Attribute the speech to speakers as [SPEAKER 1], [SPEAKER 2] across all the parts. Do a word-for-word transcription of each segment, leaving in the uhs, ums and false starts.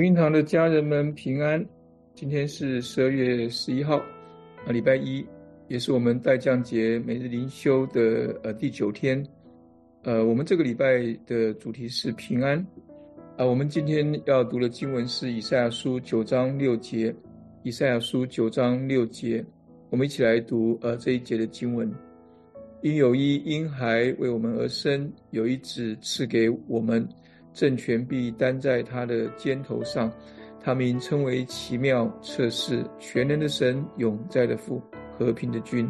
[SPEAKER 1] 福音堂的家人们平安，今天是十二月十一号，啊，礼拜一，也是我们代降节每日灵修的呃第九天。呃，我们这个礼拜的主题是平安。啊，我们今天要读的经文是以赛亚书九章六节，以赛亚书九章六节，我们一起来读呃这一节的经文。因有一婴孩为我们而生，有一子赐给我们，政权必担在他的肩头上，他名称为奇妙、策士、全能的神、永在的父、和平的君。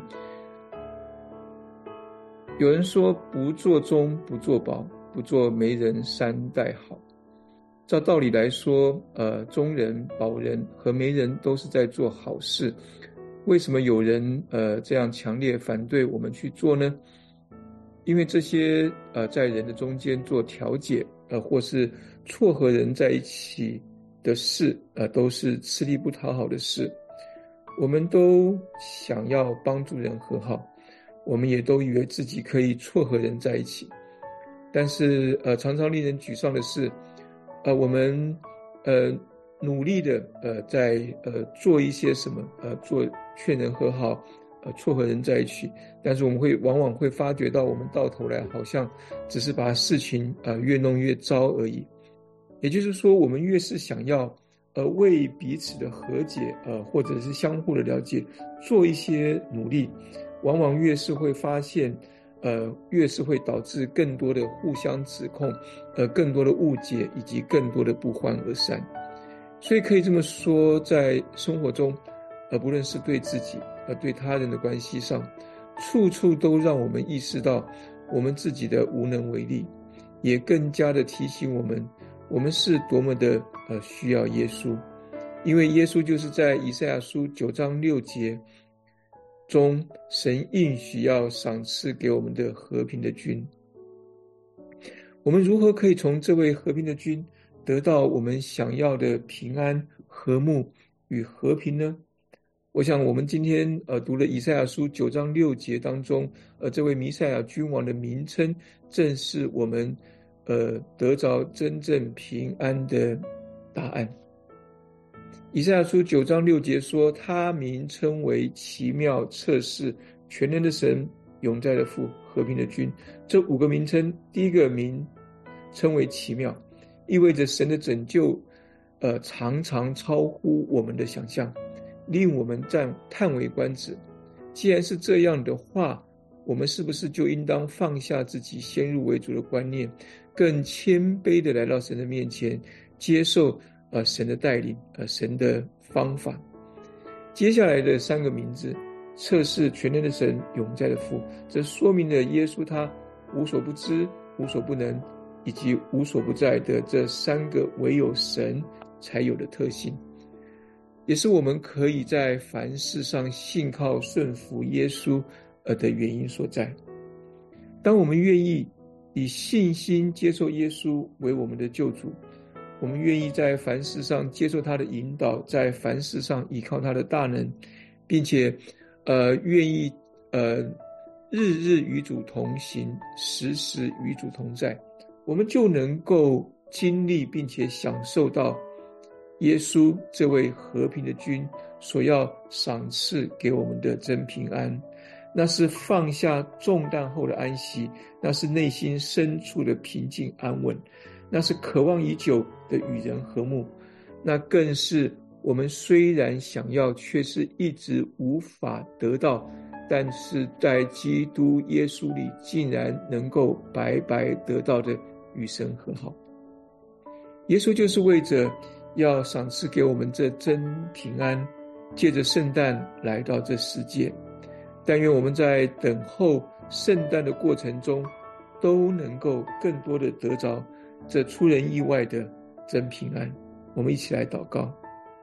[SPEAKER 1] 有人说，不做忠，不做保，不做媒人，三代好。照道理来说，呃，忠人、保人和媒人都是在做好事。为什么有人呃这样强烈反对我们去做呢？因为这些呃在人的中间做调解，呃或是撮合人在一起的事，呃都是吃力不讨好的事。我们都想要帮助人和好，我们也都以为自己可以撮合人在一起。但是呃常常令人沮丧的是，呃我们呃努力的呃在呃做一些什么，呃做劝人和好，呃撮合人在一起，但是我们会往往会发觉到，我们到头来好像只是把事情呃越弄越糟而已。也就是说，我们越是想要呃为彼此的和解呃或者是相互的了解做一些努力，往往越是会发现呃越是会导致更多的互相指控，呃更多的误解以及更多的不欢而散。所以可以这么说，在生活中呃不论是对自己呃对他人的关系上，处处都让我们意识到我们自己的无能为力，也更加的提醒我们，我们是多么的呃需要耶稣。因为耶稣就是在以赛亚书九章六节中，神应许要赏赐给我们的和平的君。我们如何可以从这位和平的君得到我们想要的平安、和睦与和平呢？我想我们今天呃读了以赛亚书九章六节当中，呃这位弥赛亚君王的名称，正是我们呃得着真正平安的答案。以赛亚书九章六节说，他名称为奇妙、策士、全能的神、永在的父、和平的君。这五个名称，第一个名称为奇妙，意味着神的拯救呃常常超乎我们的想象，令我们赞叹为观止。既然是这样的话，我们是不是就应当放下自己先入为主的观念，更谦卑的来到神的面前，接受呃神的带领，呃神的方法？接下来的三个名字，测试全能的神、永在的父，这说明了耶稣他无所不知、无所不能以及无所不在的这三个唯有神才有的特性，也是我们可以在凡事上信靠顺服耶稣呃的原因所在。当我们愿意以信心接受耶稣为我们的救主，我们愿意在凡事上接受他的引导，在凡事上依靠他的大能，并且呃愿意呃日日与主同行，时时与主同在，我们就能够经历并且享受到耶稣这位和平的君所要赏赐给我们的真平安。那是放下重担后的安息，那是内心深处的平静安稳，那是渴望已久的与人和睦，那更是我们虽然想要却是一直无法得到，但是在基督耶稣里竟然能够白白得到的与神和好。耶稣就是为着要赏赐给我们这真平安，借着圣诞来到这世界。但愿我们在等候圣诞的过程中，都能够更多的得着这出人意外的真平安。我们一起来祷告。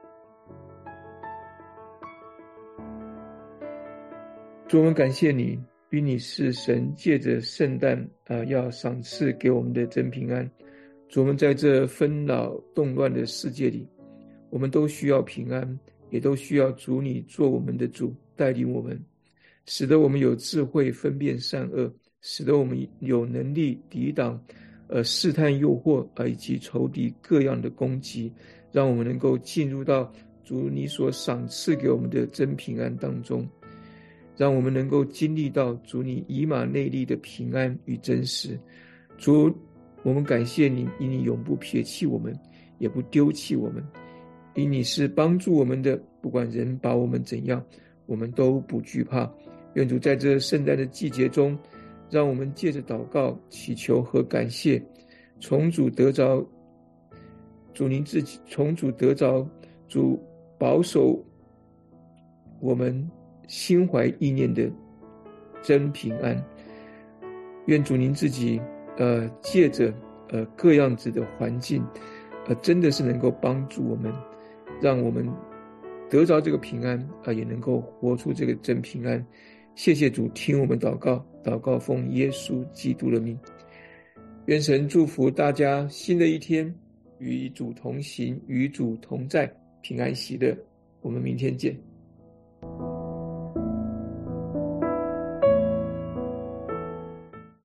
[SPEAKER 1] 主，我们感谢你，因你是神借着圣诞呃要赏赐给我们的真平安。主，我们在这纷扰动乱的世界里，我们都需要平安，也都需要主你做我们的主，带领我们，使得我们有智慧分辨善恶，使得我们有能力抵挡呃试探诱惑、呃、以及仇敌各样的攻击， 让我们能够进入到主你所赏赐给我们的真平安当中，让我们能够经历到主你以马内利的平安与真实。主，我们感谢你，因你永不撇弃我们，也不丢弃我们，因你是帮助我们的，不管人把我们怎样，我们都不惧怕。愿主在这圣诞的季节中，让我们借着祷告、祈求和感谢，从主得着主您自己，从主得着主保守我们心怀意念的真平安。愿主您自己呃借着呃各样子的环境，呃真的是能够帮助我们，让我们得着这个平安啊、呃，也能够活出这个真平安。谢谢主，听我们祷告，祷告奉耶稣基督的名。愿神祝福大家新的一天，与主同行，与主同在，平安喜乐。我们明天见。